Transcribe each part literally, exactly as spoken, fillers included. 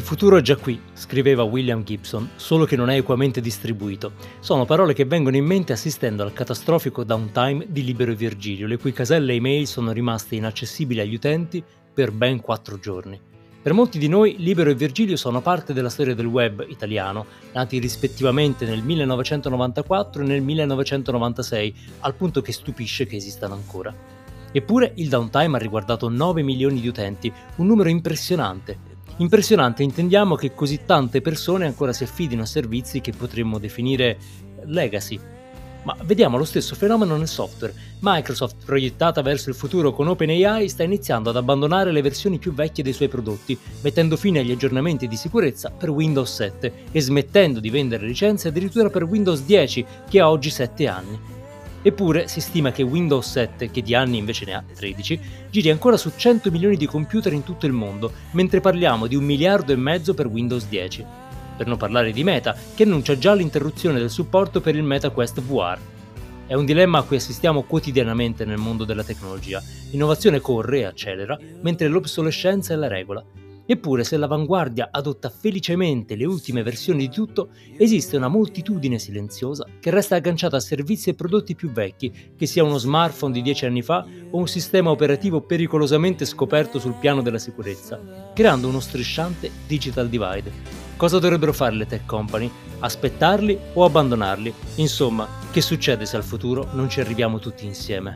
futuro è già qui, scriveva William Gibson, solo che non è equamente distribuito. Sono parole che vengono in mente assistendo al catastrofico downtime di Libero e Virgilio, le cui caselle email sono rimaste inaccessibili agli utenti per ben quattro giorni. Per molti di noi Libero e Virgilio sono parte della storia del web italiano, nati rispettivamente nel millenovecentonovantaquattro e nel millenovecentonovantasei, al punto che stupisce che esistano ancora. Eppure il downtime ha riguardato nove milioni di utenti, un numero impressionante. Impressionante intendiamo che così tante persone ancora si affidino a servizi che potremmo definire legacy. Ma vediamo lo stesso fenomeno nel software. Microsoft, proiettata verso il futuro con OpenAI, sta iniziando ad abbandonare le versioni più vecchie dei suoi prodotti, mettendo fine agli aggiornamenti di sicurezza per Windows sette e smettendo di vendere licenze addirittura per Windows dieci, che ha oggi sette anni. Eppure si stima che Windows sette, che di anni invece ne ha tredici, giri ancora su cento milioni di computer in tutto il mondo, mentre parliamo di un miliardo e mezzo per Windows dieci. Per non parlare di Meta, che annuncia già l'interruzione del supporto per il MetaQuest V R. È un dilemma a cui assistiamo quotidianamente nel mondo della tecnologia. L'innovazione corre e accelera, mentre l'obsolescenza è la regola. Eppure, se l'avanguardia adotta felicemente le ultime versioni di tutto, esiste una moltitudine silenziosa che resta agganciata a servizi e prodotti più vecchi, che sia uno smartphone di dieci anni fa o un sistema operativo pericolosamente scoperto sul piano della sicurezza, creando uno strisciante digital divide. Cosa dovrebbero fare le tech company? Aspettarli o abbandonarli? Insomma, che succede se al futuro non ci arriviamo tutti insieme?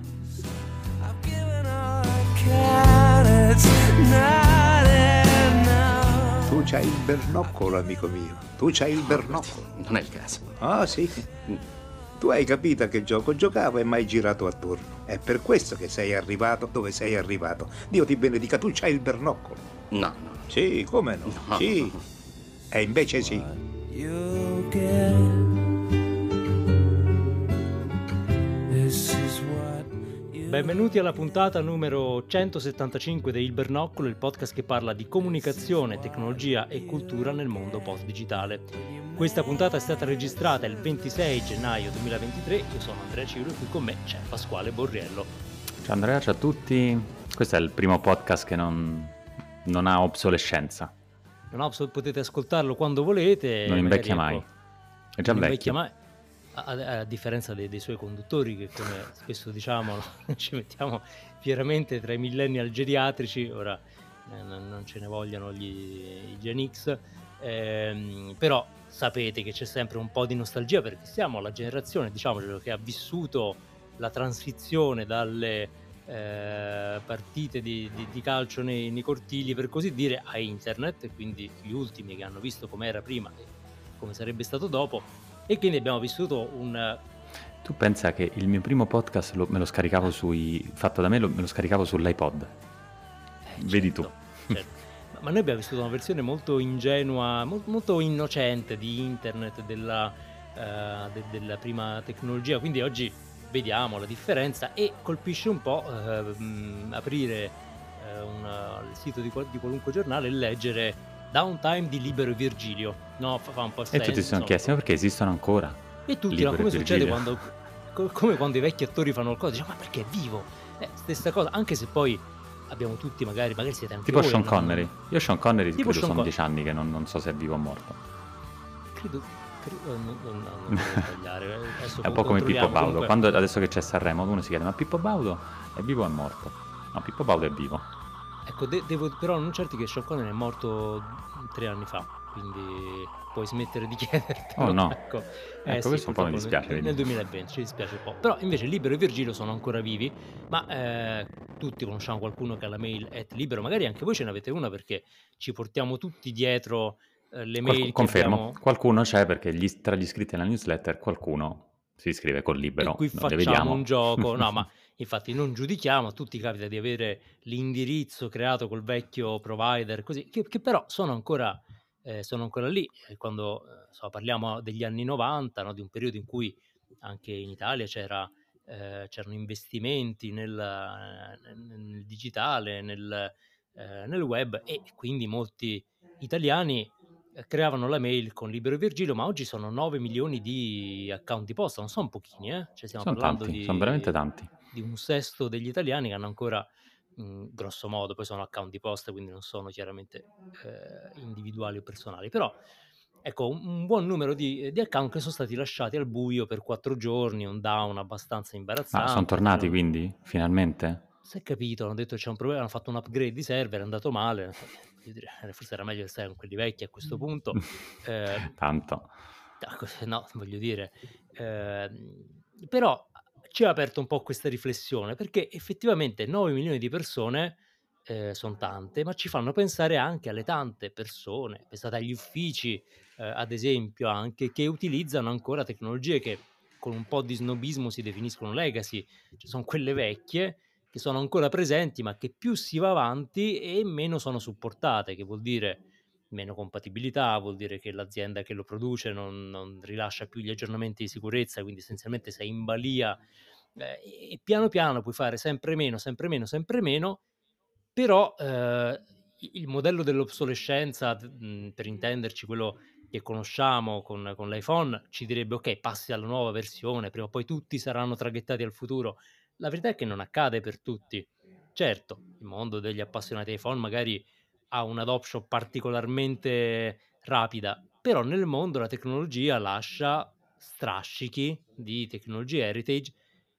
Tu c'hai il bernoccolo, amico mio. Tu c'hai il bernoccolo. Non è il caso. Ah, sì. Tu hai capito a che gioco giocavo e mai girato attorno. È per questo che sei arrivato dove sei arrivato. Dio ti benedica, tu c'hai il bernoccolo. No, no. Sì, come no? No. Sì. E invece sì. Benvenuti alla puntata numero centosettantacinque di Il Bernoccolo, il podcast che parla di comunicazione, tecnologia e cultura nel mondo post-digitale. Questa puntata è stata registrata il ventisei gennaio duemilaventitré, io sono Andrea Ciro e qui con me c'è Pasquale Borriello. Ciao Andrea, ciao a tutti. Questo è il primo podcast che non, non ha obsolescenza. Non ho, potete ascoltarlo quando volete. Non invecchia magari, mai. Ecco, È già non vecchio. invecchia mai. A, a, a differenza dei, dei suoi conduttori, che come spesso diciamo ci mettiamo fieramente tra i millennial geriatrici, ora eh, non, non ce ne vogliano gli, i Gen X, ehm, però sapete che c'è sempre un po' di nostalgia perché siamo la generazione, diciamocelo, che ha vissuto la transizione dalle eh, partite di, di, di calcio nei, nei cortili, per così dire, a internet, e quindi gli ultimi che hanno visto come era prima e come sarebbe stato dopo. E quindi abbiamo vissuto un... Tu pensa che il mio primo podcast lo, me lo scaricavo sui... fatto da me, lo, me lo scaricavo sull'iPod. Eh, Vedi certo, tu. certo. Ma noi abbiamo vissuto una versione molto ingenua, molto, molto innocente di internet, della, uh, de, della prima tecnologia, quindi oggi vediamo la differenza e colpisce un po' uh, mh, aprire uh, una, il sito di, di qualunque giornale e leggere Downtime di Libero e Virgilio, no? Fa, fa un po' senso. E tutti si sono chiesti, ma perché esistono ancora? E tutti, Libero no? Come e succede Virgilio. quando, co- come quando i vecchi attori fanno qualcosa, diciamo, ma perché è vivo? Eh, stessa cosa, anche se poi abbiamo tutti, magari, magari siete anche Tipo voi. Sean non- Connery. Io Sean Connery Tipo credo Sean sono Con- dieci anni che non, non so se è vivo o morto. Credo, credo non, non, non, non devo sbagliare. Adesso È un po' come Pippo controlliamo, Baudo. comunque. Quando, adesso che c'è Sanremo, uno si chiede, ma Pippo Baudo è vivo o è morto? No, Pippo Baudo è vivo. Ecco, de- devo però annunciarti che Sean Connery è morto tre anni fa, quindi puoi smettere di chiedertelo. Oh no. Ecco, Ecco, sì, questo un po' mi purtroppo dispiace, Nel, vedi. nel duemilaventi ci dispiace un po'. Però invece Libero e Virgilio sono ancora vivi, ma eh, tutti conosciamo qualcuno che ha la mail at Libero, magari anche voi ce n'avete una perché ci portiamo tutti dietro eh, le Qualcu- mail che confermo, abbiamo... qualcuno c'è perché gli- tra gli iscritti alla newsletter qualcuno si iscrive col E libero, qui non le facciamo vediamo. un gioco, no, ma infatti non giudichiamo, a tutti capita di avere l'indirizzo creato col vecchio provider, così, che, che però sono ancora, eh, sono ancora lì. E quando eh, so, parliamo degli anni novanta, no, di un periodo in cui anche in Italia c'era, eh, c'erano investimenti nel, nel digitale, nel, eh, nel web, e quindi molti italiani eh, creavano la mail con Libero e Virgilio, ma oggi sono nove milioni di account di posta, non sono pochini, eh? Cioè stiamo Sono parlando tanti, sono veramente di, tanti. di un sesto degli italiani che hanno ancora mh, grosso modo, poi sono account di posta, quindi non sono chiaramente eh, individuali o personali, però ecco, un, un buon numero di, di account che sono stati lasciati al buio per quattro giorni, un down abbastanza Ma sono imbarazzante, tornati non, quindi, finalmente? si è capito, hanno detto che c'è un problema, hanno fatto un upgrade di server, è andato male, voglio dire, forse era meglio stare con quelli vecchi a questo punto. Eh, Tanto. no, voglio dire, ehm, però ci ha aperto un po' questa riflessione, perché effettivamente nove milioni di persone eh, sono tante, ma ci fanno pensare anche alle tante persone, pensate agli uffici, eh, ad esempio, anche che utilizzano ancora tecnologie che con un po' di snobismo si definiscono legacy, cioè sono quelle vecchie che sono ancora presenti, ma che più si va avanti e meno sono supportate, che vuol dire meno compatibilità, vuol dire che l'azienda che lo produce non, non rilascia più gli aggiornamenti di sicurezza, quindi essenzialmente sei in balia eh, e piano piano puoi fare sempre meno, sempre meno, sempre meno, però eh, il modello dell'obsolescenza, mh, per intenderci quello che conosciamo con, con l'iPhone, ci direbbe ok, passi alla nuova versione, prima o poi tutti saranno traghettati al futuro. La verità è che non accade per tutti. Certo, il mondo degli appassionati iPhone magari ha un'adoption particolarmente rapida, però nel mondo la tecnologia lascia strascichi di tecnologie heritage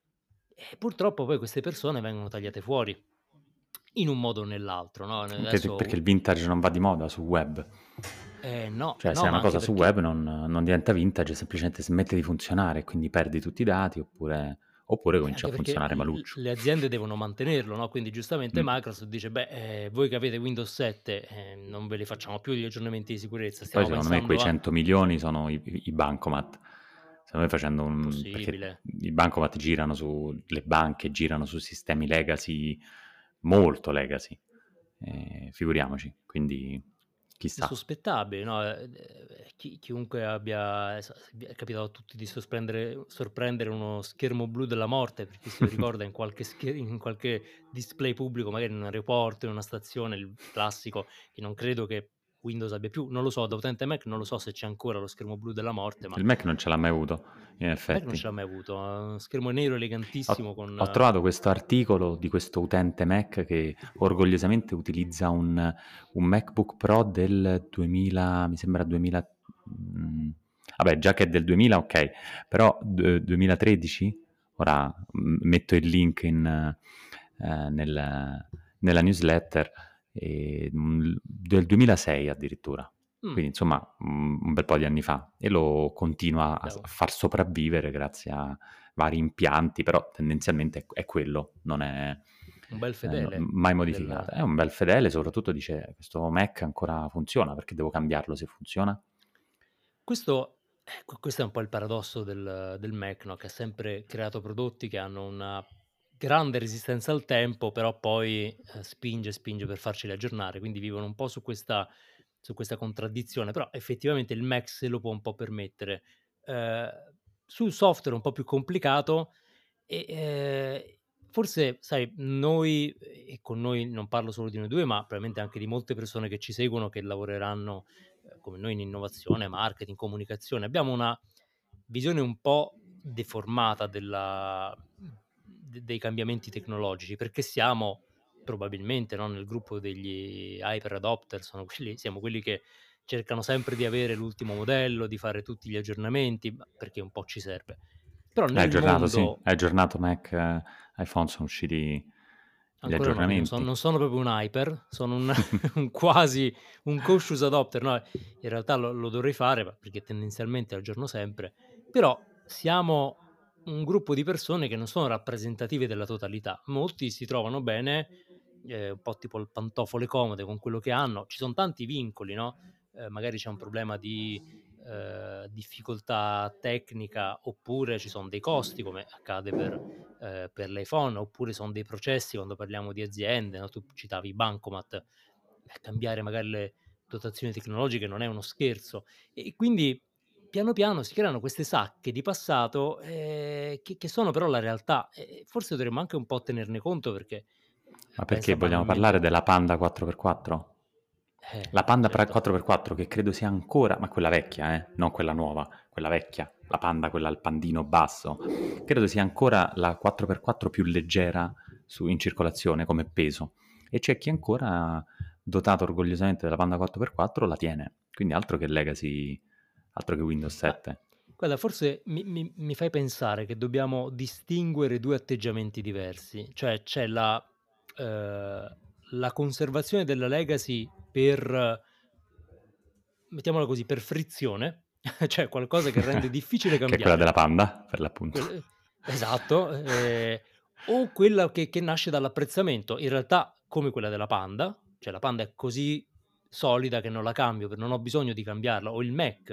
e purtroppo poi queste persone vengono tagliate fuori in un modo o nell'altro, no? Anche perché Adesso, il vintage non va di moda sul web. eh, no, Cioè, se no, è ma una anche cosa su perché web non, non diventa vintage, semplicemente smette di funzionare e quindi perdi tutti i dati, oppure, oppure Eh, comincia a anche perché funzionare l- maluccio. le aziende devono mantenerlo, no? Quindi giustamente Mm. Microsoft dice, beh, eh, voi che avete Windows sette, eh, non ve li facciamo più gli aggiornamenti di sicurezza, E poi stiamo secondo me quei pensando a... cento milioni sono i, i bancomat. Secondo me facendo un... perché Possibile. i bancomat girano su... le banche girano su sistemi legacy, molto legacy. Eh, figuriamoci, quindi chissà. Insospettabile, no? Eh, eh, chi- chiunque abbia, es- è capitato a tutti di sorprendere, sorprendere uno schermo blu della morte, per chi se lo ricorda, in qualche, scher- in qualche display pubblico, magari in un aeroporto, in una stazione, il classico, che non credo che Windows abbia più, non lo so, da utente Mac non lo so se c'è ancora lo schermo blu della morte, ma Il Mac non ce l'ha mai avuto, in Mac non effetti. ce l'ha mai avuto, ha uno schermo nero elegantissimo Ho, con... ho eh, trovato questo articolo di questo utente Mac che orgogliosamente utilizza un, un MacBook Pro del duemila, mi sembra duemila, mm, vabbè, già che è del duemila, ok, però d- duemilatredici, ora mm, metto il link in, eh, nel- nella newsletter, e, mm, del duemilasei addirittura. mm, Quindi insomma un un bel po' di anni fa, e lo continua a, bravo, a far sopravvivere grazie a vari impianti, però tendenzialmente è, è quello, non è un bel eh, no- fedele mai del... modificato. È un bel fedele, soprattutto dice questo Mac ancora funziona, perché devo cambiarlo se funziona? Questo ecco, questo è un po' il paradosso del del Mac, no, che ha sempre creato prodotti che hanno una grande resistenza al tempo, però poi, ehm, spinge, spinge per farceli aggiornare, quindi vivono un po' su questa su questa contraddizione, però effettivamente il Mac se lo può un po' permettere. Ehm, sul software è un po' più complicato e, ehm, forse sai noi e con noi non parlo solo di noi due, ma probabilmente anche di molte persone che ci seguono, che lavoreranno eh, come noi in innovazione, marketing, comunicazione, abbiamo una visione un po' deformata della, de- dei cambiamenti tecnologici, perché siamo probabilmente no, nel gruppo degli hyper adopter, sono quelli, siamo quelli che cercano sempre di avere l'ultimo modello, di fare tutti gli aggiornamenti, ma perché un po' ci serve. Però È nel aggiornato, sì, mondo è aggiornato Mac, eh, iPhone, sono usciti gli ancora no, io non, son- aggiornamenti. non sono proprio un hyper, sono un, un quasi un cautious adopter, no? In realtà lo, lo dovrei fare ma- perché tendenzialmente aggiorno sempre, però siamo un gruppo di persone che non sono rappresentative della totalità. Molti si trovano bene, eh, un po' tipo il pantofole comode con quello che hanno, ci sono tanti vincoli, no? Eh, magari c'è un problema di eh, difficoltà tecnica oppure ci sono dei costi come accade per eh, per l'iPhone, oppure sono dei processi quando parliamo di aziende, no? Tu citavi i bancomat, eh, cambiare magari le dotazioni tecnologiche non è uno scherzo e quindi piano piano si creano queste sacche di passato eh, che, che sono però la realtà e forse dovremmo anche un po' tenerne conto perché Ma perché pensa vogliamo parlare banalmente, della Panda quattro per quattro? eh, La Panda pra- certo, quattro per quattro che credo sia ancora, ma quella vecchia, eh, non quella nuova, quella vecchia, la Panda, quella al pandino basso, credo sia ancora la quattro per quattro più leggera su, in circolazione come peso, e c'è chi ancora, dotato orgogliosamente della Panda quattro per quattro, la tiene. Quindi altro che Legacy, altro che Windows Ma sette. guarda, forse mi mi mi fai pensare che dobbiamo distinguere due atteggiamenti diversi. Cioè c'è la ehm, la conservazione della legacy per, mettiamola così, per frizione, cioè qualcosa che rende difficile Che è quella della cambiare. Panda, per l'appunto. Quel ehm, esatto, ehm, o quella che che nasce dall'apprezzamento. In realtà come quella della Panda, cioè la Panda è così solida che non la cambio, che non ho bisogno di cambiarla, o il Mac,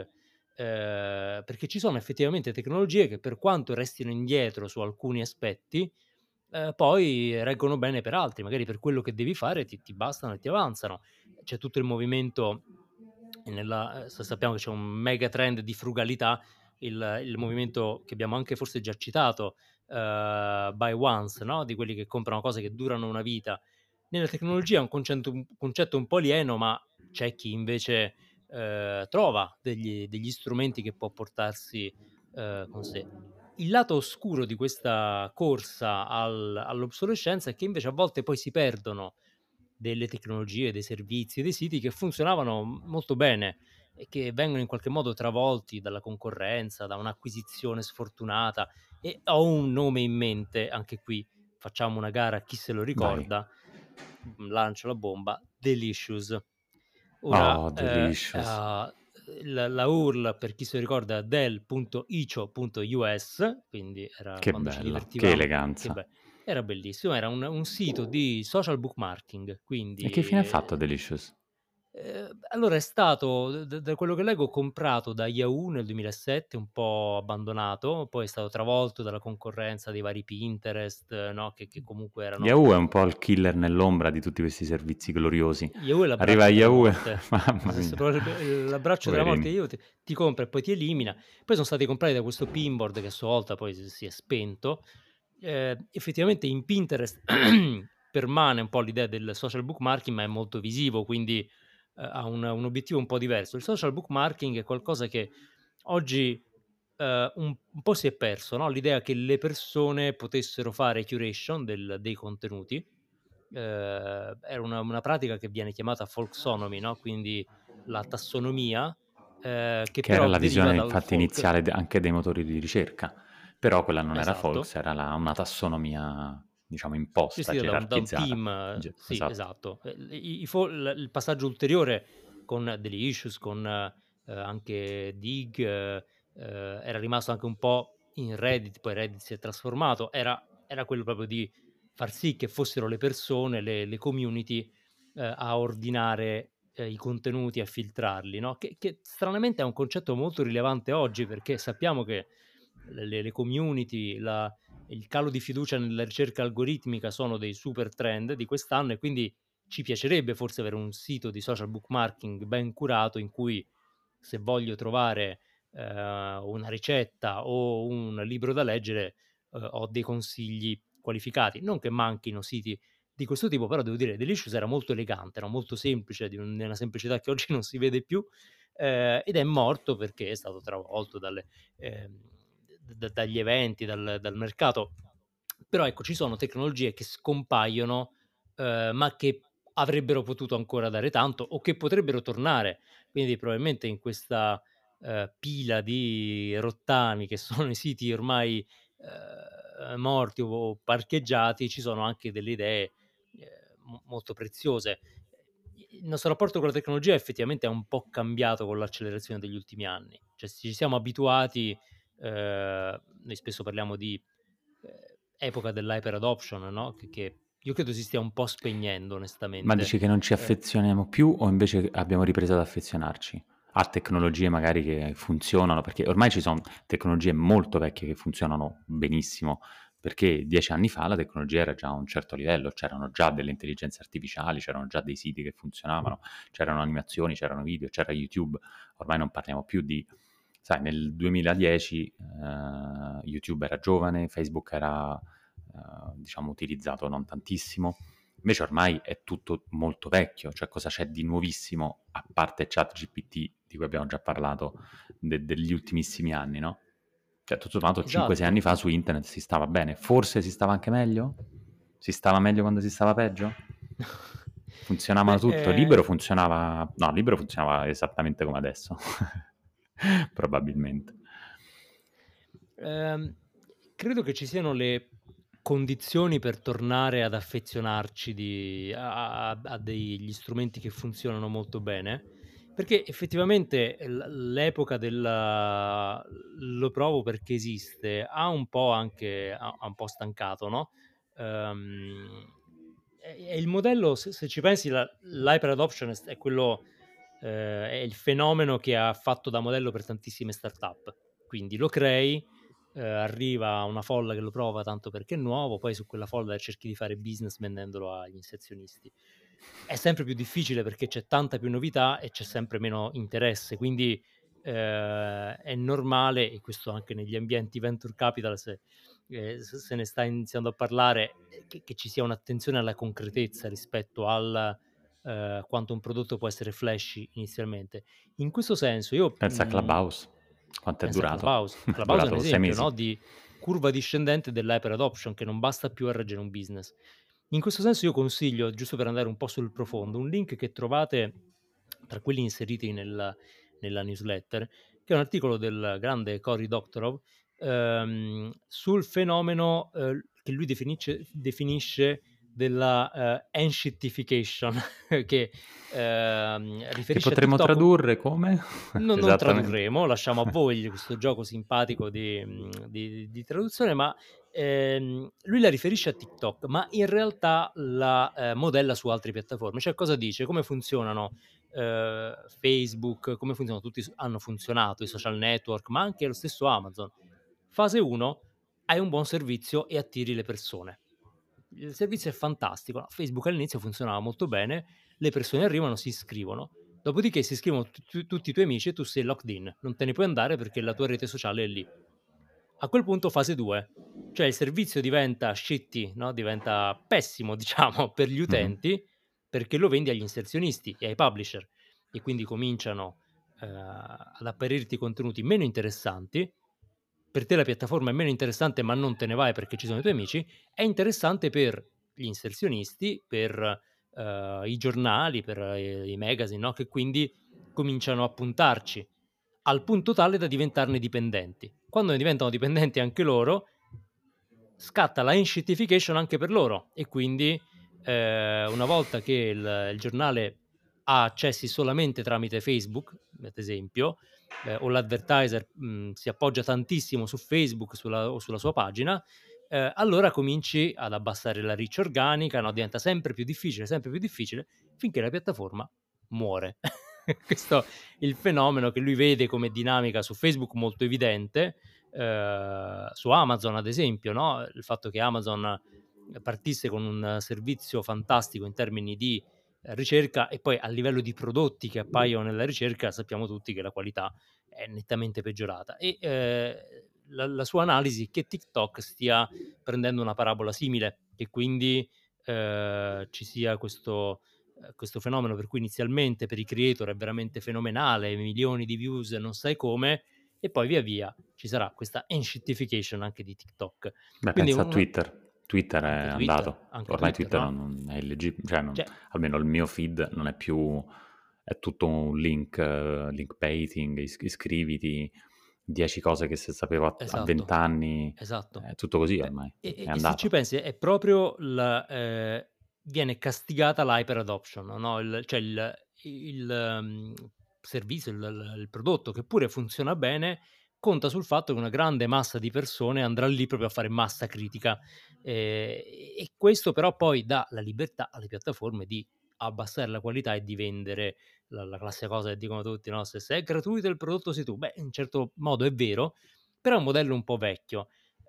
ehm, perché ci sono effettivamente tecnologie che per quanto restino indietro su alcuni aspetti, ehm, poi reggono bene per altri, magari per quello che devi fare ti ti bastano e ti avanzano. C'è tutto il movimento nella ehm, sa sappiamo che c'è un mega trend di frugalità, il il movimento che abbiamo anche forse già citato, ehm, buy once, no, di quelli che comprano cose che durano una vita. Nella tecnologia è un concento un concetto un po' alieno, ma c'è chi invece, ehm, trova degli degli strumenti che può portarsi, ehm, con sé. Il lato oscuro di questa corsa al all'obsolescenza è che invece a volte poi si perdono delle tecnologie, dei servizi, dei siti che funzionavano m molto bene e che vengono in qualche modo travolti dalla concorrenza, da un'acquisizione sfortunata. E ho un nome in mente, anche qui facciamo una gara a chi se lo Vai. ricorda, mhmm, lancio la bomba: Delicious. Ora, Oh, ehm, delicious. uhm, la la U R L per chi se lo ricorda è del punto icio punto us, quindi era Che quando ci bella, che divertivamo, che eleganza. be era bellissimo, era un un sito di social bookmarking, E che fine ha quindi, fatto ehm Delicious? Ehm, allora è stato, d da quello che leggo, comprato da Yahoo nel duemilasette, un po' abbandonato, poi è stato travolto dalla concorrenza dei vari Pinterest, no, che che comunque erano. Yahoo è un po' il killer nell'ombra di tutti questi servizi gloriosi. Yahoo è Arriva l'abbraccio della Yahoo e morte. mamma Es mia, proprio il l'abbraccio della morte. poverini. Yahoo ti ti compra e poi ti elimina. Poi son stati comprati da questo Pinboard che a sua volta poi s si è spento. Ehm, effettivamente in Pinterest permane un po' l'idea del social bookmarking, ma è molto visivo, quindi, ehm, ha un un obiettivo un po' diverso. Il social bookmarking è qualcosa che oggi, ehm, un un po' si è perso, no, l'idea che le persone potessero fare curation del dei contenuti. Ehm, era una una pratica che viene chiamata folksonomy, no, quindi la tassonomia, ehm, che Che era però la deriva visione dal infatti folk. iniziale de anche dei motori di ricerca, però quella non era Folks, Esatto. era la una tassonomia, diciamo, imposta, Gestita da un da un gerarchizzata. team, eh, Ge sì, esatto. esatto. Ehm, i i fo il il passaggio ulteriore con degli issues, con, ehm, anche Digg, ehm, era rimasto anche un po' in Reddit, poi Reddit si è trasformato, era era quello proprio di far sì che fossero le persone, le le community, ehm, a ordinare, ehm, i contenuti, a filtrarli, no, che che stranamente è un concetto molto rilevante oggi, perché sappiamo che le le le community, la il calo di fiducia nella ricerca algoritmica sono dei super trend di quest'anno, e quindi ci piacerebbe forse avere un sito di social bookmarking ben curato in cui, se voglio trovare, ehm, una ricetta o un libro da leggere, uhm, ho dei consigli qualificati. Non che manchino siti di questo tipo, però devo dire Delicious era molto elegante, era molto semplice, di un di una semplicità che oggi non si vede più, ehm, ed è morto perché è stato travolto dalle ehm, d dagli eventi, dal dal mercato. Però ecco, ci sono tecnologie che scompaiono, ehm, ma che avrebbero potuto ancora dare tanto o che potrebbero tornare. Quindi probabilmente in questa, ehm, pila di rottami che sono i siti ormai, ehm, morti o parcheggiati, ci sono anche delle idee, ehm, mo molto preziose. I il nostro rapporto con la tecnologia effettivamente è un po' cambiato con l'accelerazione degli ultimi anni. Cioè ci siamo abituati, ehm, noi spesso parliamo di, ehm, epoca dell'hyper adoption, no, che che io credo si stia un po' spegnendo Ma onestamente. dici che non ci Ehm, affezioniamo più o invece abbiamo ripreso ad affezionarci a tecnologie magari che funzionano? Perché ormai ci son tecnologie molto vecchie che funzionano benissimo, perché dieci anni fa la tecnologia era già a un certo livello, c'erano già delle intelligenze artificiali, c'erano già dei siti che funzionavano, c'erano animazioni, c'erano video, c'era YouTube. Ormai non parliamo più di, sai, nel duemiladieci, ehm, YouTube era giovane, Facebook era, ehm, diciamo, utilizzato non tantissimo. Invece ormai è tutto molto vecchio, cioè cosa c'è di nuovissimo, a parte ChatGPT, di cui abbiamo già parlato, de- degli ultimissimi anni, no? Cioè, tutto sommato, cinque sei anni esatto. fa su internet si stava bene, forse si stava anche meglio? Si stava meglio quando si stava peggio? Funzionava Beh, tutto. eh, Libero funzionava... No, Libero funzionava esattamente come adesso. Probabilmente. ehm, credo che ci siano le condizioni per tornare ad affezionarci di- a, a- a degli strumenti che funzionano molto bene, perché effettivamente l- l'epoca del lo provo perché esiste ha un po' anche ha, ha un po' stancato, no? Ehm, e, e il modello, se, se ci pensi, la- l'hyper adoption è quello, eh, è il fenomeno che ha fatto da modello per tantissime startup. Quindi lo crei, eh, arriva una folla che lo prova tanto perché è nuovo, poi su quella folla cerchi di fare business vendendolo agli inserzionisti. È sempre più difficile perché c'è tanta più novità e c'è sempre meno interesse, quindi eh, è normale, e questo anche negli ambienti venture capital, se, eh, se se ne sta iniziando a parlare, eh, che, che ci sia un'attenzione alla concretezza rispetto al eh, quanto un prodotto può essere flashy inizialmente. In questo senso io Pensa a mh, Clubhouse. Quanto è penso a durato? Clubhouse. È Clubhouse è un durato sei esempio, mesi. no, di curva discendente dell'hyper adoption che non basta più a reggere un business. In questo senso io consiglio, giusto per andare un po' sul profondo, un link che trovate tra quelli inseriti nel- nella newsletter, che è un articolo del grande Cory Doctorow ehm, sul fenomeno eh, che lui definisce, definisce della eh, enshittification, che ehm, Che riferisce a potremmo TikTok. tradurre come? No, non Esattamente. tradurremo, lasciamo a voi questo gioco simpatico di, mhmm, di di traduzione, ma, ehm, lui la riferisce a TikTok, ma in realtà la, ehm, modella su altre piattaforme. Cioè cosa dice? Come funzionano, ehm, Facebook, come funzionano tutti s hanno funzionato i social network, ma anche lo stesso Amazon. Fase uno: hai un buon servizio e attiri le persone. Il servizio è fantastico, no, Facebook all'inizio funzionava molto bene, le persone arrivano, si iscrivono. Dopodiché si iscrivono tu- tu- tutti i tuoi amici e tu sei locked in, non te ne puoi andare perché la tua rete sociale è lì. A quel punto fase due, cioè il servizio diventa shitty, no? Diventa pessimo, diciamo, per gli Mhm. utenti perché lo vendi agli inserzionisti e ai publisher e quindi cominciano eh, ad apparirti contenuti meno interessanti. Per te la piattaforma è meno interessante, ma non te ne vai perché ci sono i tuoi amici. È interessante per gli inserzionisti, per eh, i giornali, per eh, i magazine, no? Che quindi cominciano a puntarci al punto tale da diventarne dipendenti. Quando ne diventano dipendenti anche loro, scatta la enshittification anche per loro e quindi eh, una volta che il, il giornale ha accessi solamente tramite Facebook, ad esempio, eh, o l'advertiser mh, si appoggia tantissimo su Facebook sulla, o sulla sua pagina, eh, allora cominci ad abbassare la reach organica, no? Diventa sempre più difficile, sempre più difficile, finché la piattaforma muore. Questo è il fenomeno che lui vede come dinamica su Facebook molto evidente, eh, su Amazon ad esempio, no? Il fatto che Amazon partisse con un servizio fantastico in termini di eh, ricerca e poi a livello di prodotti che appaiono nella ricerca sappiamo tutti che la qualità è nettamente peggiorata e eh, la, la sua analisi è che TikTok stia prendendo una parabola simile, che quindi eh, ci sia questo, eh, questo fenomeno per cui inizialmente per i creator è veramente fenomenale, milioni di views, non sai come, e poi via via ci sarà questa enshittification anche di TikTok. Beh, Quindi pensa a una, Twitter. Twitter è anche Twitter, andato. anche Ormai Twitter, Twitter no? non è illeggibile, cioè non- Cioè, almeno il mio feed non è più, è tutto un link, eh, link baiting, is- iscriviti, dieci cose che se sapevo a, a esatto, venti anni, esatto. è tutto così Eh, ormai, e, è e- e se ci andato. pensi, è proprio la, eh, viene castigata l'hyper adoption, no? Il- cioè il, il, ehm, servizio, il, il prodotto che pure funziona bene, conta sul fatto che una grande massa di persone andrà lì proprio a fare massa critica. Eh, e questo però poi dà la libertà alle piattaforme di abbassare la qualità e di vendere la, la classica cosa che dicono tutti, no? Se, se è gratuito il prodotto sei tu. Beh, in certo modo è vero, però è un modello un po' vecchio.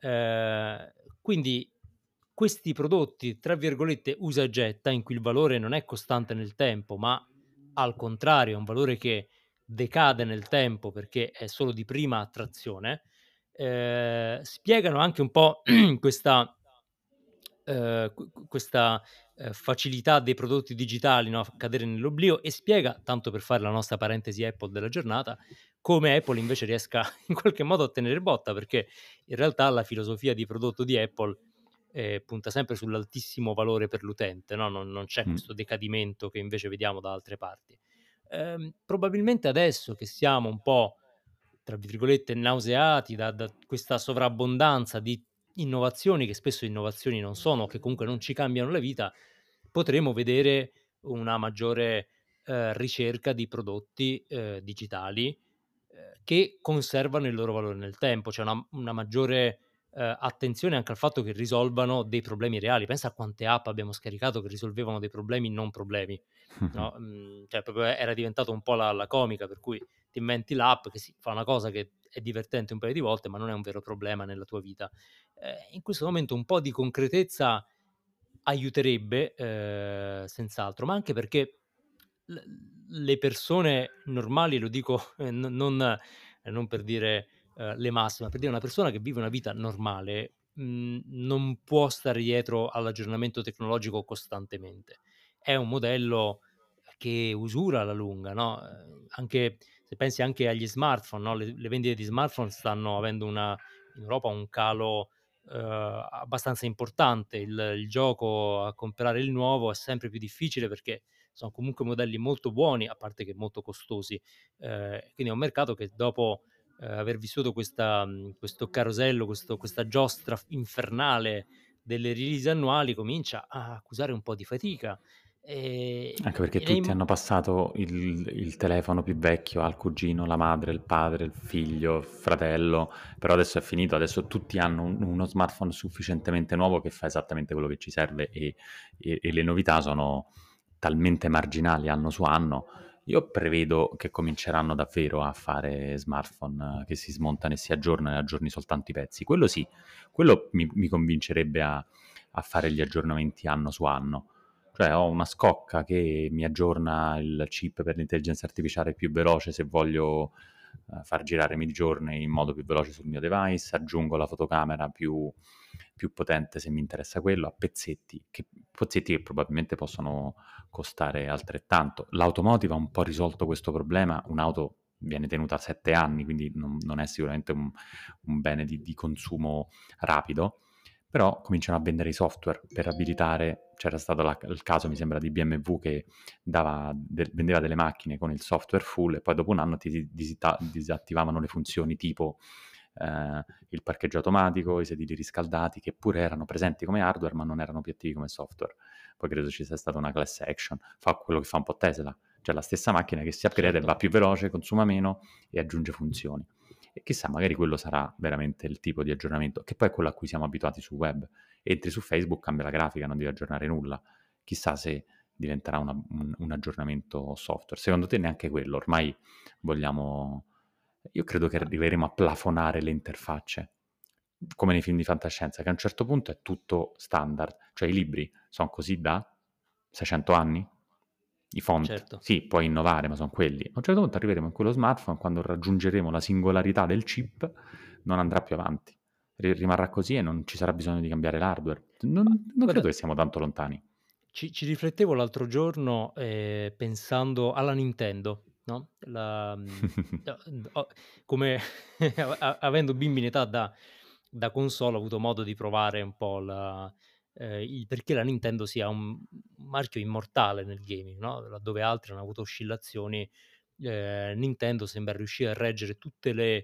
Eh, quindi questi prodotti, tra virgolette, usa e getta, in cui il valore non è costante nel tempo, ma al contrario è un valore che decade nel tempo perché è solo di prima attrazione, eh, spiegano anche un po' questa, eh, qu- questa eh, facilità dei prodotti digitali, no, a cadere nell'oblio, e spiega, tanto per fare la nostra parentesi Apple della giornata, come Apple invece riesca in qualche modo a tenere botta, perché in realtà la filosofia di prodotto di Apple ehm, punta sempre sull'altissimo valore per l'utente, no, non non c'è Mh. questo decadimento che invece vediamo da altre parti. Ehm, probabilmente adesso che siamo un po', tra virgolette, "nauseati" da da questa sovrabbondanza di innovazioni, che spesso innovazioni non sono, che comunque non ci cambiano la vita, potremo vedere una maggiore, ehm, ricerca di prodotti, ehm, digitali, ehm, che conservano il loro valore nel tempo. C'è una una maggiore, ehm, attenzione anche al fatto che risolvano dei problemi reali. Pensa a quante app abbiamo scaricato che risolvevano dei problemi non problemi, no, mhmm, cioè proprio e era diventato un po' la la comica, per cui ti inventi l'app che sì, fa una cosa che è divertente un paio di volte, ma non è un vero problema nella tua vita. Ehm, in questo momento un po' di concretezza aiuterebbe, ehm, senz'altro, ma anche perché l le persone normali, lo dico, ehm, n non ehm, non per dire, ehm, le masse, ma per dire una persona che vive una vita normale, mhmm, non può stare dietro all'aggiornamento tecnologico costantemente. È un modello che usura alla lunga, no, ehm, anche se pensi anche agli smartphone, no, le le vendite di smartphone stanno avendo una in Europa un calo, uhm, abbastanza importante. Il il gioco a comprare il nuovo è sempre più difficile perché sono comunque modelli molto buoni, a parte che molto costosi. Ehm, quindi è un mercato che dopo, ehm, aver vissuto questa mhmm, questo carosello, questo questa giostra f infernale delle release annuali, comincia a accusare un po' di fatica. Ehm, Anche perché ed è tutti im hanno passato il il telefono più vecchio al cugino, la madre, il padre, il figlio, il fratello, però adesso è finito, adesso tutti hanno un uno smartphone sufficientemente nuovo che fa esattamente quello che ci serve e e e le novità sono talmente marginali anno su anno. Io prevedo che cominceranno davvero a fare smartphone che si smontano e si aggiornano e aggiorni soltanto i pezzi. Quello sì, quello mi mi convincerebbe a a fare gli aggiornamenti anno su anno. Cioè ho una scocca che mi aggiorna il chip per l'intelligenza artificiale più veloce se voglio, ehm, far girare Midjourney in modo più veloce sul mio device, aggiungo la fotocamera più più potente se mi interessa quello, a pezzetti, che pezzetti che probabilmente possono costare altrettanto. L'automotive ha un po' risolto questo problema, un'auto viene tenuta sette anni, quindi non non è sicuramente un un bene di di consumo rapido, però cominciano a vendere i software per abilitare. C'era stato la il caso, mi sembra, di B M W che dava de vendeva delle macchine con il software full e poi dopo un anno ti di disita disattivavano le funzioni tipo, ehm, il parcheggio automatico, i sedili riscaldati, che pure erano presenti come hardware, ma non erano più attivi come software. Poi credo ci sia stata una class action. Fa quello che fa un po' Tesla, cioè la stessa macchina che si upgrada e certo. va più veloce, consuma meno e aggiunge funzioni. E chissà, magari quello sarà veramente il tipo di aggiornamento, che poi è quello a cui siamo abituati sul web. Entri su Facebook, cambia la grafica, non devi aggiornare nulla. Chissà se diventerà una- un, un aggiornamento software. Secondo te neanche quello? Ormai vogliamo. Io credo che arriveremo a plafonare le interfacce, come nei film di fantascienza, che a un certo punto è tutto standard. Cioè i libri sono così da seicento anni? I font, Certo. sì, puoi innovare, ma sono quelli. A un certo punto arriveremo in quello smartphone, quando raggiungeremo la singolarità del chip, non andrà più avanti. Ri- rimarrà così e non ci sarà bisogno di cambiare l'hardware. Ma Non, non credo guarda, che siamo tanto lontani. Ci ci riflettevo l'altro giorno, ehm, pensando alla Nintendo, no, la mhmm, o d o come a a avendo bimbi in età da da console, ho avuto modo di provare un po' la ehm, il perché la Nintendo sia un un marchio immortale nel gaming, no, laddove altri hanno avuto oscillazioni, ehm, Nintendo sembra riuscire a reggere tutte le,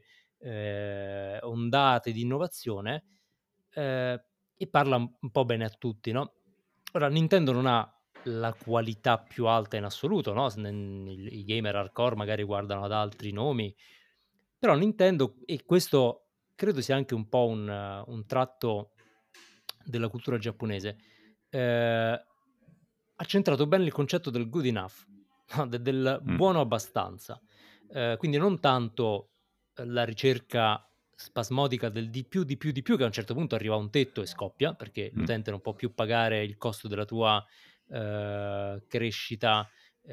ehm, ondate di innovazione, ehm, e parla un un po' bene a tutti, no. Ora Nintendo non ha la qualità più alta in assoluto, no, s nen il i gamer hardcore magari guardano ad altri nomi, però Nintendo, e questo credo sia anche un po' un un tratto della cultura giapponese, ehm, ha centrato bene il concetto del good enough, no, de del Mm, buono abbastanza. Ehm, quindi non tanto, ehm, la ricerca spasmodica del di più, di più, di più, che a un certo punto arriva a un tetto e scoppia, perché mm. l'utente non può più pagare il costo della tua, ehm, crescita,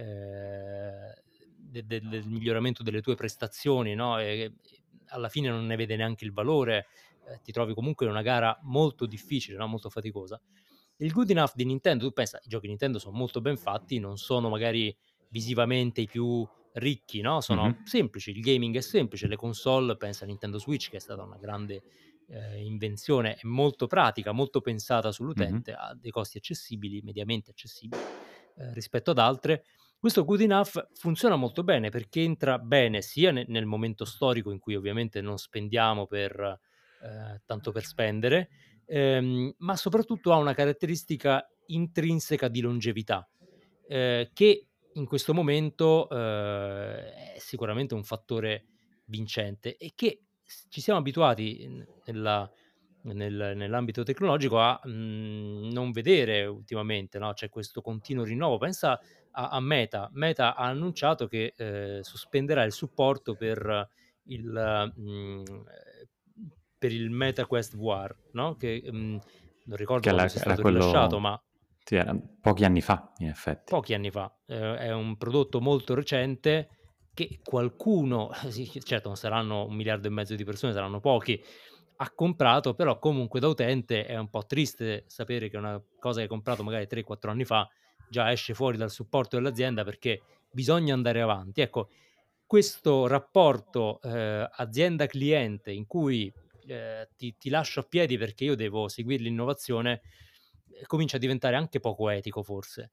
ehm, de del del miglioramento delle tue prestazioni, no, e e alla fine non ne vede neanche il valore, ehm, ti trovi comunque in una gara molto difficile, no, molto faticosa. Il good enough di Nintendo, tu pensa, i giochi Nintendo son molto ben fatti, non sono magari visivamente i più ricchi, no, Mhm. sono semplici, il gaming è semplice, le console, pensa a Nintendo Switch che è stata una grande, eh, invenzione, è molto pratica, molto pensata Mh-mh. sull'utente, ha dei costi accessibili, mediamente accessibili eh, rispetto ad altre. Questo Good Enough funziona molto bene perché entra bene sia ne- nel momento storico in cui ovviamente non spendiamo per, eh, tanto per spendere, ehm, ma soprattutto ha una caratteristica intrinseca di longevità, eh, che in questo momento eh, è sicuramente un fattore vincente e che s- ci siamo abituati n- nella- nel- nell'ambito tecnologico a mm, non vedere ultimamente, no? C'è questo continuo rinnovo. Pensa a, a Meta. Meta ha annunciato che eh, sospenderà il supporto per il, mm, eh, per il Meta Quest V R, no? Che mm, non ricordo Che quando era sia era stato rilasciato, quello ma sì, era pochi anni fa in effetti. pochi anni fa. Ehm, è un prodotto molto recente che qualcuno, sì, certo non saranno un miliardo e mezzo di persone, saranno pochi, ha comprato, però comunque da utente è un po' triste sapere che una cosa che hai comprato magari tre, quattro anni fa già esce fuori dal supporto dell'azienda perché bisogna andare avanti. Ecco, questo rapporto, ehm, azienda-cliente in cui, ehm, ti ti lascio a piedi perché io devo seguir l'innovazione, ehm, comincia a diventare anche poco etico forse.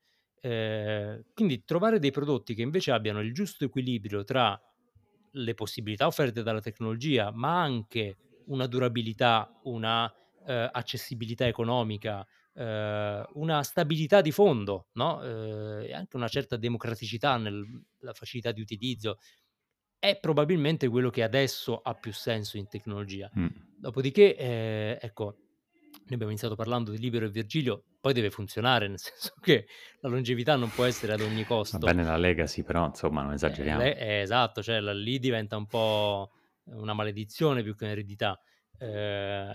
Ehm, quindi trovare dei prodotti che invece abbiano il giusto equilibrio tra le possibilità offerte dalla tecnologia, ma anche una durabilità, una, ehm, accessibilità economica, ehm, una stabilità di fondo, no, ehm, e anche una certa democraticità nel la facilità di utilizzo, è probabilmente quello che adesso ha più senso in tecnologia. Mh. Dopodiché, ehm, ecco, noi abbiamo iniziato parlando di Libero e Virgilio, poi deve funzionare, nel senso che la longevità non può essere ad ogni Va costo. bene la legacy, però insomma non Eh, esageriamo. le eh, esatto, cioè la lì diventa un po' una maledizione più che un'eredità. Ehm,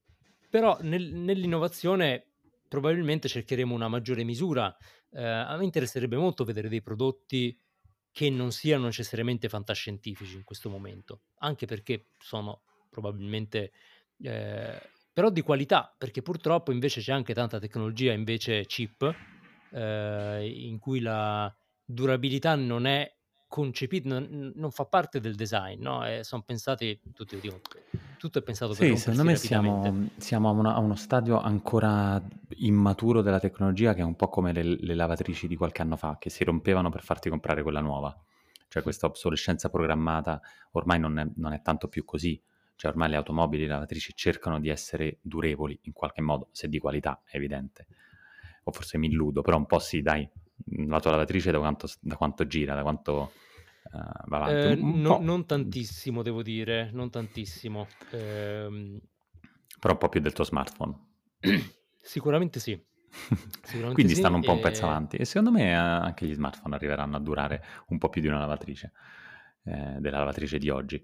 però nel nell'innovazione probabilmente cercheremo una maggiore misura. Ehm, a me interesserebbe molto vedere dei prodotti che non siano necessariamente fantascientifici in questo momento, anche perché sono probabilmente ehm, però di qualità, perché purtroppo invece c'è anche tanta tecnologia invece cheap, ehm, in cui la durabilità non è concepi non n non fa parte del design, no, ehm, son pensati tutti lo dicono, tutto è pensato per Sì, secondo rompersi me rapidamente. siamo siamo a una a uno stadio ancora immaturo della tecnologia che è un po' come le le lavatrici di qualche anno fa, che si rompevano per farti comprare quella nuova. Cioè questa obsolescenza programmata ormai non è non è tanto più così. Cioè ormai le automobili, le lavatrici cercano di essere durevoli in qualche modo, se di qualità è evidente. O forse mi illudo, però un po' sì dai. Mhmm, la tua lavatrice da quanto s da quanto gira, da quanto, ehm, va avanti? Un Ehm, un no, po'. non tantissimo devo dire, non tantissimo. Ehm Però un po' più del tuo smartphone. Sicuramente sì, sicuramente Quindi sì, stanno un po' un pezzo ehm, avanti e secondo me, uhm, anche gli smartphone arriveranno a durare un po' più di una lavatrice, ehm, della lavatrice di oggi.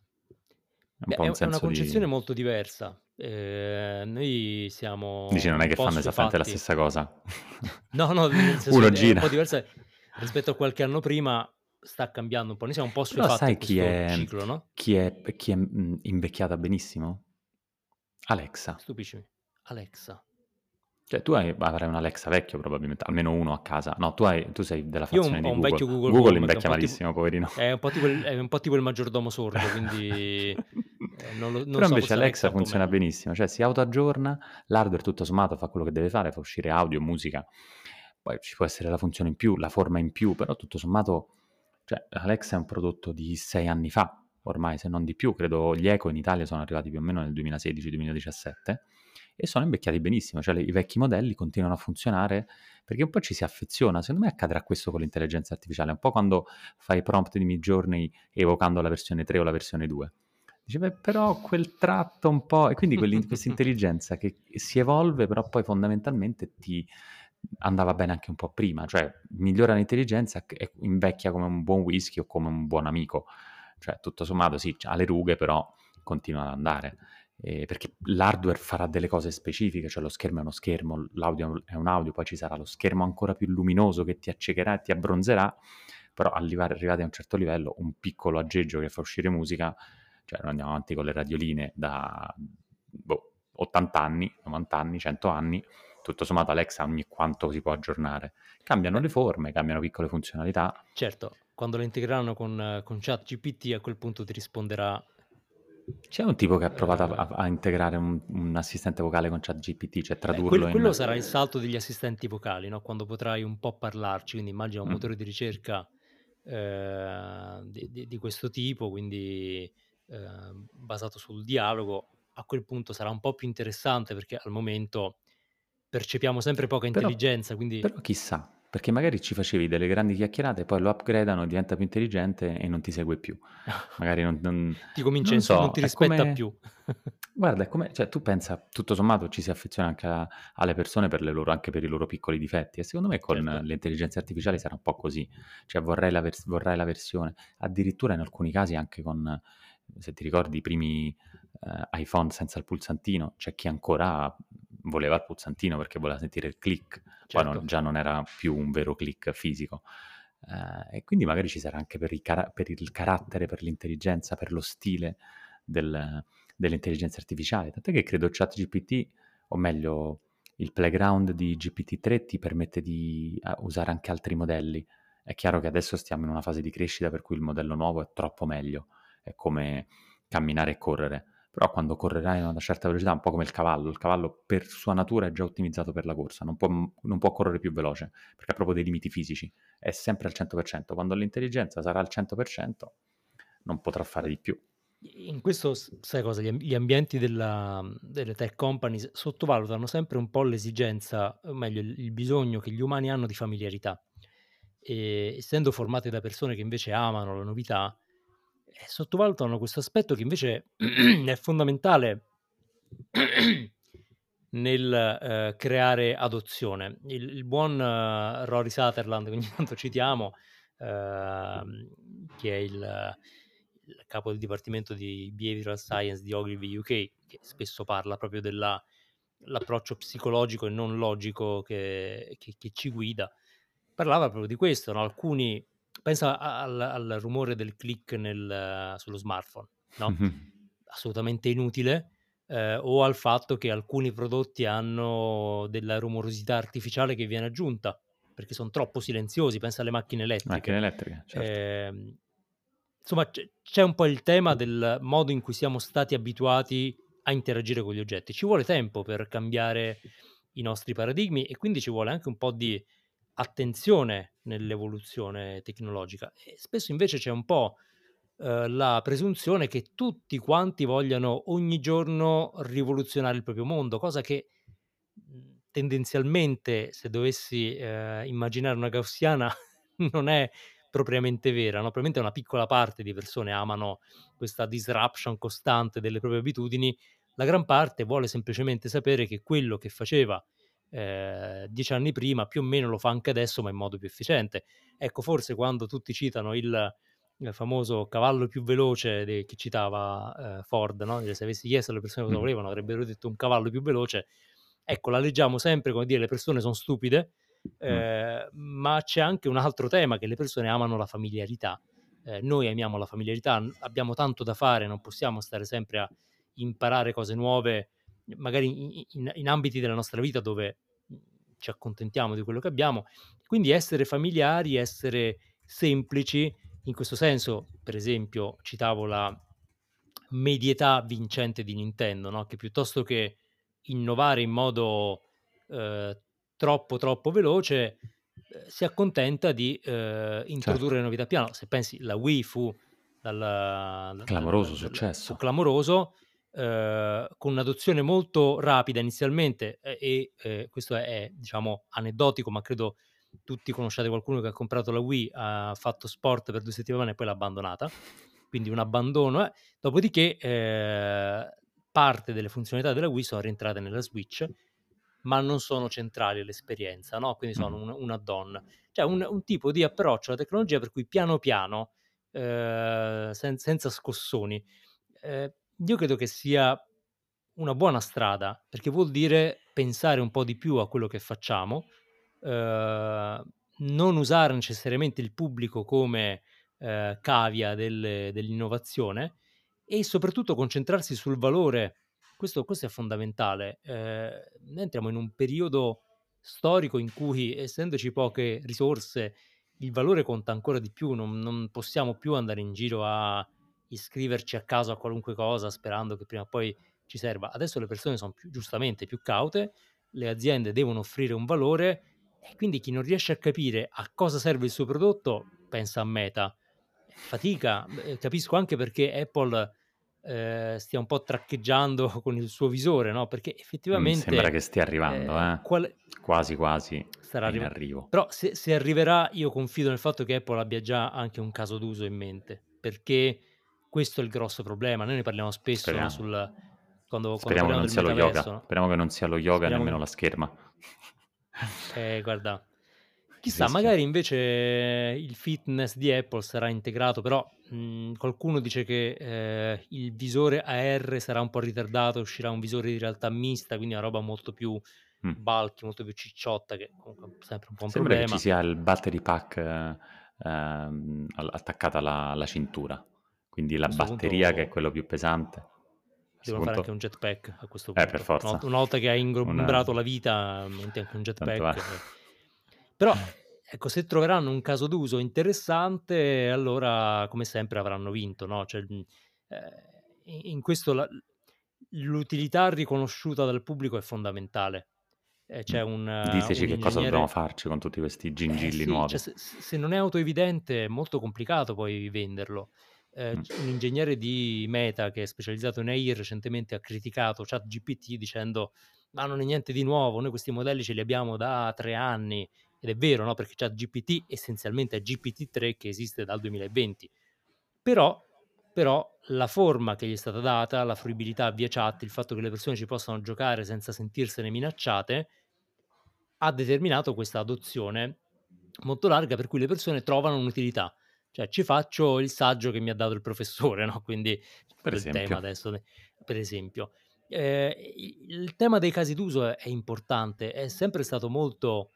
È un beh, po' è un è una senso di concezione molto diversa. Ehm, noi dici siamo non è un che po' fanno esattamente la assuefatti. stessa cosa? No, no, nel senso Uno è un gira po' diversa rispetto a qualche anno prima, sta cambiando un po'. Noi siamo un po' però assuefatti a sai chi questo è ciclo, no, chi è chi è, mhmm, invecchiata benissimo? Alexa. stupiscimi. Alexa. Cioè tu hai avrai un Alexa vecchio probabilmente, almeno uno a casa. No, tu hai tu sei della Io ho un fazione ho di un Google. vecchio Google Google Home che è un invecchia po' tipo malissimo, poverino. è un po' tipo il è un po' tipo il maggiordomo sordo, quindi, ehm, non lo non Però so, invece forse Alexa Alexa è un po' funziona meglio. benissimo, cioè si autoaggiorna, l'hardware tutto sommato fa quello che deve fare, fa uscire audio, musica, poi ci può essere la funzione in più, la forma in più, però tutto sommato, cioè Alexa è un prodotto di sei anni fa, ormai se non di più, credo gli Echo in Italia sono arrivati più o meno nel duemilasedici duemiladiciassette e sono invecchiati benissimo, cioè le- i vecchi modelli continuano a funzionare perché un po' ci si affeziona, secondo me accadrà questo con l'intelligenza artificiale, un po' quando fai prompt di Midjourney evocando la versione tre o la versione due. Dice: "Beh, però quel tratto un po'" e quindi quell'in questa intelligenza che si evolve, però poi fondamentalmente ti andava bene anche un po' prima, cioè migliora l'intelligenza c e invecchia come un buon whisky o come un buon amico. Cioè tutto sommato sì, c'ha le rughe, però continua ad andare. Ehm, perché l'hardware farà delle cose specifiche, cioè lo schermo è uno schermo, l'audio è un audio, poi ci sarà lo schermo ancora più luminoso che ti accecherà e ti abbronzerà, però allivare arrivati a un certo livello, un piccolo aggeggio che fa uscire musica, cioè noi andiamo avanti con le radioline da, boh, ottanta anni, novanta anni, cento anni, tutto sommato Alexa ogni quanto si può aggiornare. Cambiano Beh, le forme, cambiano piccole funzionalità. certo, quando lo integreranno con con ChatGPT a quel punto ti risponderà C'è un tipo che ha provato a, Eh, a- a integrare un, un assistente vocale con ChatGPT, cioè beh, quel- tradurlo quello in... sarà il salto degli assistenti vocali, no? Quando potrai un po' parlarci, quindi immagina un Mm. motore di ricerca eh, di, di- di questo tipo, quindi eh, basato sul dialogo. A quel punto sarà un po' più interessante perché al momento percepiamo sempre poca Però, intelligenza, quindi però chissà, perché magari ci facevi delle grandi chiacchierate, poi lo upgradano, diventa più intelligente e non ti segue più. Magari non, non- ti comincia a non insu- non so, ti è rispetta come... più. Guarda, è come... Cioè, tu pensa, tutto sommato ci si affeziona anche a- alle persone per le loro, anche per i loro piccoli difetti e secondo me con Certo. le intelligenze artificiali sarà un po' così. Cioè vorrei la, vers- vorrei la versione, addirittura in alcuni casi anche con, se ti ricordi, i primi eh, iPhone senza il pulsantino, c'è chi ancora voleva il pulsantino perché voleva sentire il click, poi non- Certo. già non era più un vero click fisico. Eh, e quindi magari ci sarà anche per, i cara- per il carattere, per l'intelligenza, per lo stile del- dell'intelligenza artificiale. Tant'è che credo ChatGPT, o meglio, il playground di G P T tre ti permette di eh, usare anche altri modelli. È chiaro che adesso stiamo in una fase di crescita per cui il modello nuovo è troppo meglio, è come camminare e correre. Però quando correrai a una certa velocità, un po' come il cavallo, il cavallo per sua natura è già ottimizzato per la corsa, non può, non può correre più veloce, perché ha proprio dei limiti fisici, è sempre al cento per cento. Quando l'intelligenza sarà al cento per cento, non potrà fare di più. In questo, s- sai cosa? Gli, am- gli ambienti della- delle tech companies sottovalutano sempre un po' l'esigenza, o meglio, il, il bisogno che gli umani hanno di familiarità. E essendo formati da persone che invece amano la novità, eh, sottovalutano questo aspetto che invece è fondamentale nel eh, creare adozione. Il, il buon eh, Rory Sutherland, che ogni tanto citiamo, ehm, che è il, il capo del dipartimento di Behavioral Science di Ogilvy U K, che spesso parla proprio dell'approccio psicologico e non logico che, che- che ci guida, parlava proprio di questo, no? Alcuni, pensa a- al, al rumore del click nel, sullo smartphone, no? Assolutamente inutile, eh, o al fatto che alcuni prodotti hanno della rumorosità artificiale che viene aggiunta perché sono troppo silenziosi, pensa alle macchine Macchine elettriche. elettriche, certo. Ehm, insomma, c'è, c'è un po' il tema del modo in cui siamo stati abituati a interagire con gli oggetti. Ci vuole tempo per cambiare i nostri paradigmi e quindi ci vuole anche un po' di attenzione nell'evoluzione tecnologica. E spesso invece c'è un po' eh, la presunzione che tutti quanti vogliano ogni giorno rivoluzionare il proprio mondo, cosa che mh, tendenzialmente, se dovessi eh, immaginare una gaussiana, non è propriamente vera, no? Probabilmente una piccola parte di persone amano questa disruption costante delle proprie abitudini, la gran parte vuole semplicemente sapere che quello che faceva eh, dieci anni prima più o meno lo fa anche adesso, ma in modo più efficiente. Ecco, forse quando tutti citano il, il famoso cavallo più veloce de- che citava eh, Ford, no? Se avessi chiesto alle persone cosa Mhm. volevano, avrebbero detto un cavallo più veloce. Ecco, la leggiamo sempre come dire le persone sono stupide, Mm. eh, ma c'è anche un altro tema, che le persone amano la familiarità. Eh, noi amiamo la familiarità, n- abbiamo tanto da fare, non possiamo stare sempre a imparare cose nuove, magari in, in- in ambiti della nostra vita dove mh, ci accontentiamo di quello che abbiamo. Quindi essere familiari, essere semplici, in questo senso, per esempio, citavo la medietà vincente di Nintendo, no? Che piuttosto che innovare in modo eh, troppo troppo veloce, eh, si accontenta di eh, Certo, introdurre novità piano. Se pensi, la Wii fu, dal, dal- clamoroso dal- dal- fu successo. clamoroso, eh, con un'adozione molto rapida inizialmente, eh, e eh, questo è, è, diciamo aneddotico, ma credo tutti conosciate qualcuno che ha comprato la Wii, ha fatto sport per due settimane e poi l'ha abbandonata, quindi un abbandono. eh. Dopodiché eh, parte delle funzionalità della Wii sono rientrate nella Switch, ma non sono centrali all'esperienza, no? Quindi sono Mhm. un, un add-on, cioè un, un tipo di approccio alla tecnologia per cui piano piano, eh, sen- senza scossoni, eh, io credo che sia una buona strada, perché vuol dire pensare un po' di più a quello che facciamo, eh, non usare necessariamente il pubblico come eh, cavia delle- dell'innovazione e soprattutto concentrarsi sul valore. Questo, questo è fondamentale. Eh, noi entriamo in un periodo storico in cui, essendoci poche risorse, il valore conta ancora di più. Non, non possiamo più andare in giro a iscriverci a caso a qualunque cosa sperando che prima o poi ci serva. Adesso le persone son più giustamente più caute, le aziende devono offrire un valore e quindi chi non riesce a capire a cosa serve il suo prodotto pensa a Meta. Eh, fatica, beh, capisco anche perché Apple, ehm, stia un po' traccheggiando con il suo visore, no, perché Mh, sembra effettivamente, che stia arrivando, ehm, eh. qual Quasi, quasi starà è in arriva arrivo. però se se arriverà io confido nel fatto che Apple abbia già anche un caso d'uso in mente, perché questo è il grosso problema. Noi ne parliamo spesso, no, Speriamo. sul quando quando Speriamo che parliamo non del sia lo metaverso, yoga. no, Speriamo che non sia lo yoga e speriamo nemmeno che la scherma. eh, guarda, Il chissà, rischio. magari invece il fitness di Apple sarà integrato, però, mhmm, qualcuno dice che, ehm, il visore A R sarà un po' ritardato, uscirà un visore di realtà mista, quindi una roba molto più Mh. bulky, molto più cicciotta, che comunque è sempre un po' un Sembra che ci problema. sia il battery pack, ehm, al attaccata alla alla cintura, quindi A la questo batteria che è punto quello più pesante. A questo devono fare anche un punto jetpack a questo eh, per punto. Una forza. volta una volta che hai Un ingombrato la vita, metti anche un tanto va jetpack e però, ecco, se troveranno un caso d'uso interessante, allora come sempre avranno vinto, no, cioè, mhmm, ehm, i in questo la l l'utilità riconosciuta dal pubblico è fondamentale. Ehm, Mh. c'è un Diteci un che cosa dobbiamo ingegnere farci con tutti questi eh gingilli sì, cioè nuovi. se s se non è autoevidente è molto complicato poi venderlo. Ehm, Mh. c un ingegnere di Meta che è specializzato in A I recentemente ha criticato ChatGPT dicendo: "Ma non è niente di nuovo, noi questi modelli ce li abbiamo da tre anni." Ed è vero, no, perché ChatGPT essenzialmente è G P T tre che esiste dal duemilaventi. Però però la forma che gli è stata data, la fruibilità via chat, il fatto che le persone ci possano giocare senza sentirsene minacciate, ha determinato questa adozione molto larga per cui le persone trovano un'utilità. Cioè ci faccio il saggio che mi ha dato il professore, no, quindi Per del tema esempio. adesso ne per esempio. Ehm, i il tema dei casi d'uso è è importante, è sempre stato molto,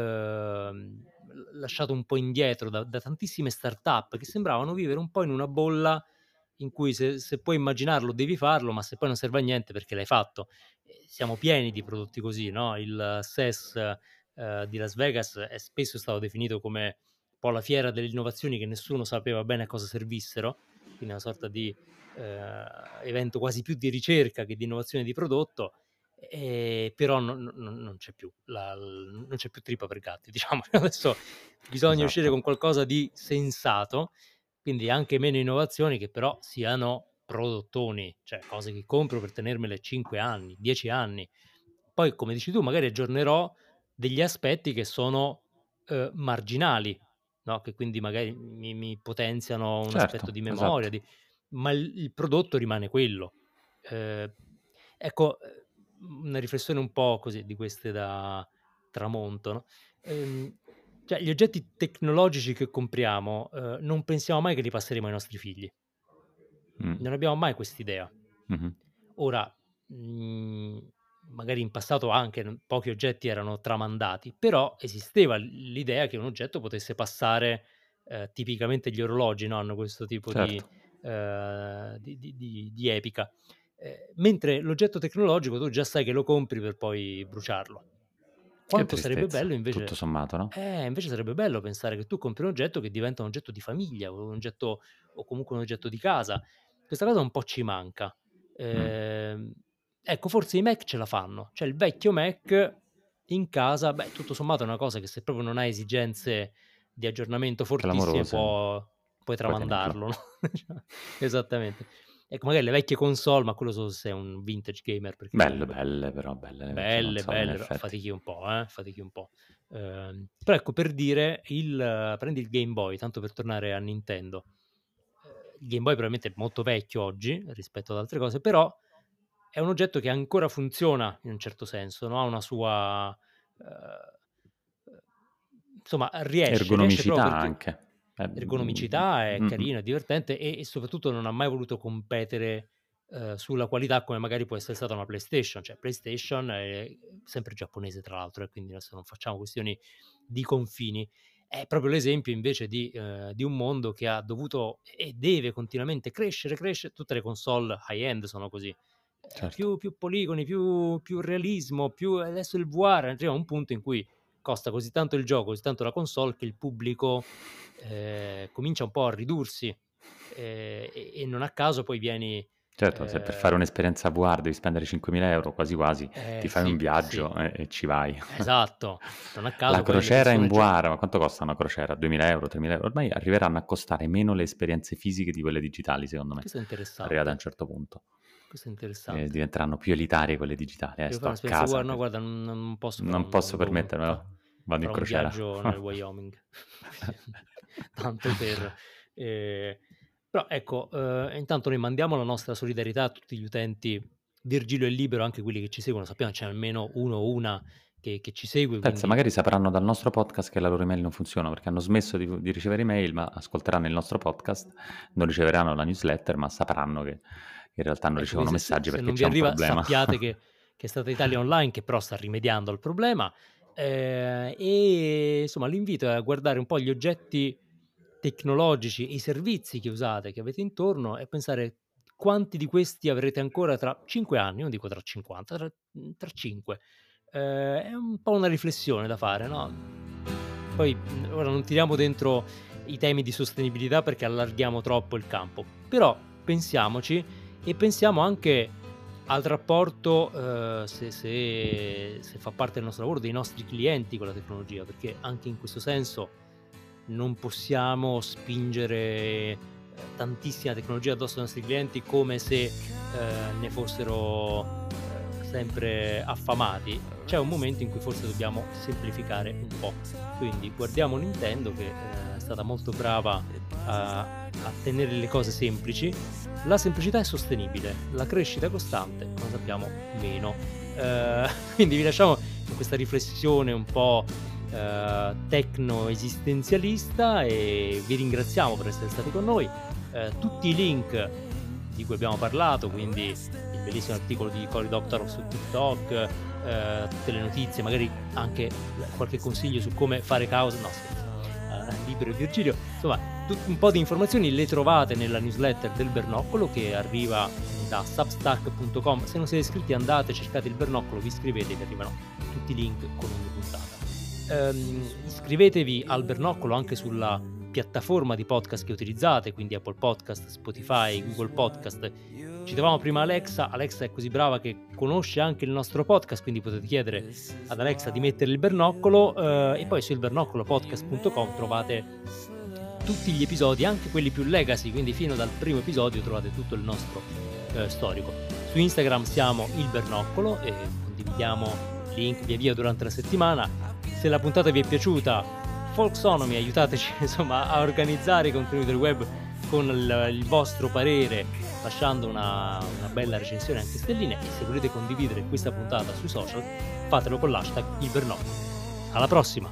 uhm, l lasciato un po' indietro da da tantissime startup che sembravano vivere un po' in una bolla in cui se se puoi immaginarlo devi farlo, ma se poi non serve a niente perché l'hai fatto. Ehm, siamo pieni di prodotti così, no, il C E S, ehm, di Las Vegas è spesso stato definito come un po' la fiera delle innovazioni che nessuno sapeva bene a cosa servissero, quindi una sorta di, ehm, evento quasi più di ricerca che di innovazione di prodotto, ehm, però non non non c'è più la l non c'è più trippa per gatti, diciamo. Adesso bisogna uscire Esatto. con qualcosa di sensato, quindi anche meno innovazioni che però siano prodottoni, cioè cose che compro per tenermele cinque anni, dieci anni. Poi, come dici tu, magari aggiornerò degli aspetti che sono, uhm, marginali, no, che quindi magari mi mi potenziano un aspetto Certo, di memoria, esatto. di ma il il prodotto rimane quello. Ehm, ecco, uhm, una riflessione un po' così di queste da tramonto, no, ehm, cioè gli oggetti tecnologici che compriamo, uhm, non pensiamo mai che li passeremo ai nostri figli. Mh. Non abbiamo mai quest'idea. Mh-mh. Ora, mhmm, magari in passato anche n pochi oggetti erano tramandati, però esisteva l l'idea che un oggetto potesse passare, ehm, tipicamente gli orologi, no, hanno questo tipo Certo. di ehm, di di di di epica. Ehm, mentre l'oggetto tecnologico tu già sai che lo compri per poi bruciarlo. Che Quanto sarebbe bello tristezza, tutto invece sommato, no? eh, invece sarebbe bello pensare che tu compri un oggetto che diventa un oggetto di famiglia, o un oggetto o comunque un oggetto di casa. Questa cosa un po' ci manca. Mh. Ehm, ecco, forse i Mac ce la fanno. Cioè il vecchio Mac in casa, beh, tutto sommato è una cosa che se proprio non hai esigenze di aggiornamento fortissime Clamorose, può puoi puoi tenerlo. tramandarlo, no, esattamente. Ecco, magari le vecchie console, ma quello solo se sei un vintage gamer, perché Belle, comunque belle però, belle le vecchie belle, console in belle, però effetti. fatichi un po', eh, fatichi un po'. Ehm, però ecco, per dire, il prendi il Game Boy, tanto per tornare a Nintendo. Ehm, il Game Boy probabilmente è molto vecchio oggi, rispetto ad altre cose, però è un oggetto che ancora funziona in un certo senso, no, ha una sua, ehm, uhm, insomma riesce, riesce proprio Ergonomicità perché anche. Eh, mhmm, ergonomicità, è mh-mh. carino, è divertente e e soprattutto non ha mai voluto competere, ehm, sulla qualità come magari può essere stata una PlayStation. Cioè PlayStation è sempre giapponese tra l'altro, eh, quindi adesso non facciamo questioni di confini. È proprio l'esempio invece di ehm, di un mondo che ha dovuto e deve continuamente crescere, cresce tutte le console high-end sono così. Ehm, Certo. più più poligoni, più più realismo, più adesso il V R, arriviamo a un punto in cui costa così tanto il gioco, così tanto la console che il pubblico, ehm, comincia un po' a ridursi. eh, e, e non a caso poi vieni... Certo, eh, se per fare un'esperienza V R devi spendere cinquemila euro, quasi quasi, eh, ti fai sì, un viaggio sì. e, e ci vai. Esatto, non a caso La poi le crociera in persone V gio- R, ma quanto costa una crociera? duemila euro, tremila euro? Ormai arriveranno a costare meno le esperienze fisiche di quelle digitali, secondo me, Questo è arrivate a un interessante, certo punto. questo è Eh, interessante. diventeranto più elitarie quelle digitali. Eh, Devo sto fare a un'esperienza casa, guarda, no, guarda, non, non posso, farò non un, posso boh, un- permettermelo, fa- vado in farò un crociera. viaggio nel Wyoming, tanto per... eh, Però ecco, eh, intanto noi mandiamo la nostra solidarietà a tutti gli utenti Virgilio è libero, anche quelli che ci seguono, sappiamo c'è almeno uno o una che, che ci segue, Pensa, quindi magari sapranno dal nostro podcast che la loro email non funziona perché hanno smesso di, di ricevere email, ma ascolteranno il nostro podcast, non riceveranno la newsletter, ma sapranno che in realtà non ecco, ricevono quindi se, se- messaggi se perché non vi c'è un arriva problema. sappiate che, che è stata Italia Online che però sta rimediando al problema, eh, e insomma l'invito è a guardare un po' gli oggetti tecnologici, i servizi che usate, che avete intorno e pensare quanti di questi avrete ancora tra cinque anni, non dico tra cinquanta, tra, tra cinque. Eh, è un po' una riflessione da fare, no? Poi mh, ora non tiriamo dentro i temi di sostenibilità perché allarghiamo troppo il campo, però pensiamoci e pensiamo anche al rapporto, eh, se, se, se fa parte del nostro lavoro, dei nostri clienti con la tecnologia, perché anche in questo senso non possiamo spingere eh, tantissima tecnologia addosso ai nostri clienti come se eh, ne fossero eh, sempre affamati. C'è un momento in cui forse dobbiamo semplificare un po', quindi guardiamo Nintendo che eh, è stata molto brava a, a tenere le cose semplici. La semplicità è sostenibile, la crescita è costante, come sappiamo meno. Eh, quindi vi lasciamo in questa riflessione un po' Uh, tecno-esistenzialista e vi ringraziamo per essere stati con noi. Uh, tutti i link di cui abbiamo parlato, quindi il bellissimo articolo di Cory Doctorow su TikTok, uh, tutte le notizie, magari anche qualche consiglio su come fare causa, no scherzo, uh, Libero e Virgilio, insomma tut- un po' di informazioni le trovate nella newsletter del Bernoccolo che arriva da substack punto com. Se non siete iscritti andate, cercate il Bernoccolo, vi iscrivete, vi arrivano tutti i link con ogni puntata. Um, iscrivetevi al Bernoccolo anche sulla piattaforma di podcast che utilizzate, quindi Apple Podcast, Spotify, Google Podcast. Citavamo prima Alexa, Alexa è così brava che conosce anche il nostro podcast, quindi potete chiedere ad Alexa di mettere il Bernoccolo, uh, e poi su il bernocolo podcast punto com trovate tutti gli episodi, anche quelli più legacy, quindi fino dal primo episodio trovate tutto il nostro uh, storico. Su Instagram siamo il Bernoccolo e condividiamo link via via durante la settimana. Se la puntata vi è piaciuta, Folksonomy, aiutateci insomma a organizzare i contenuti del web con il, il vostro parere, lasciando una, una bella recensione anche stelline, e se volete condividere questa puntata sui social fatelo con l'hashtag il Bernoccolo. Alla prossima!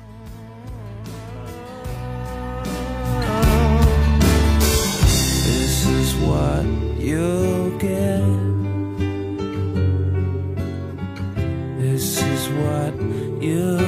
This is what you get. This is what you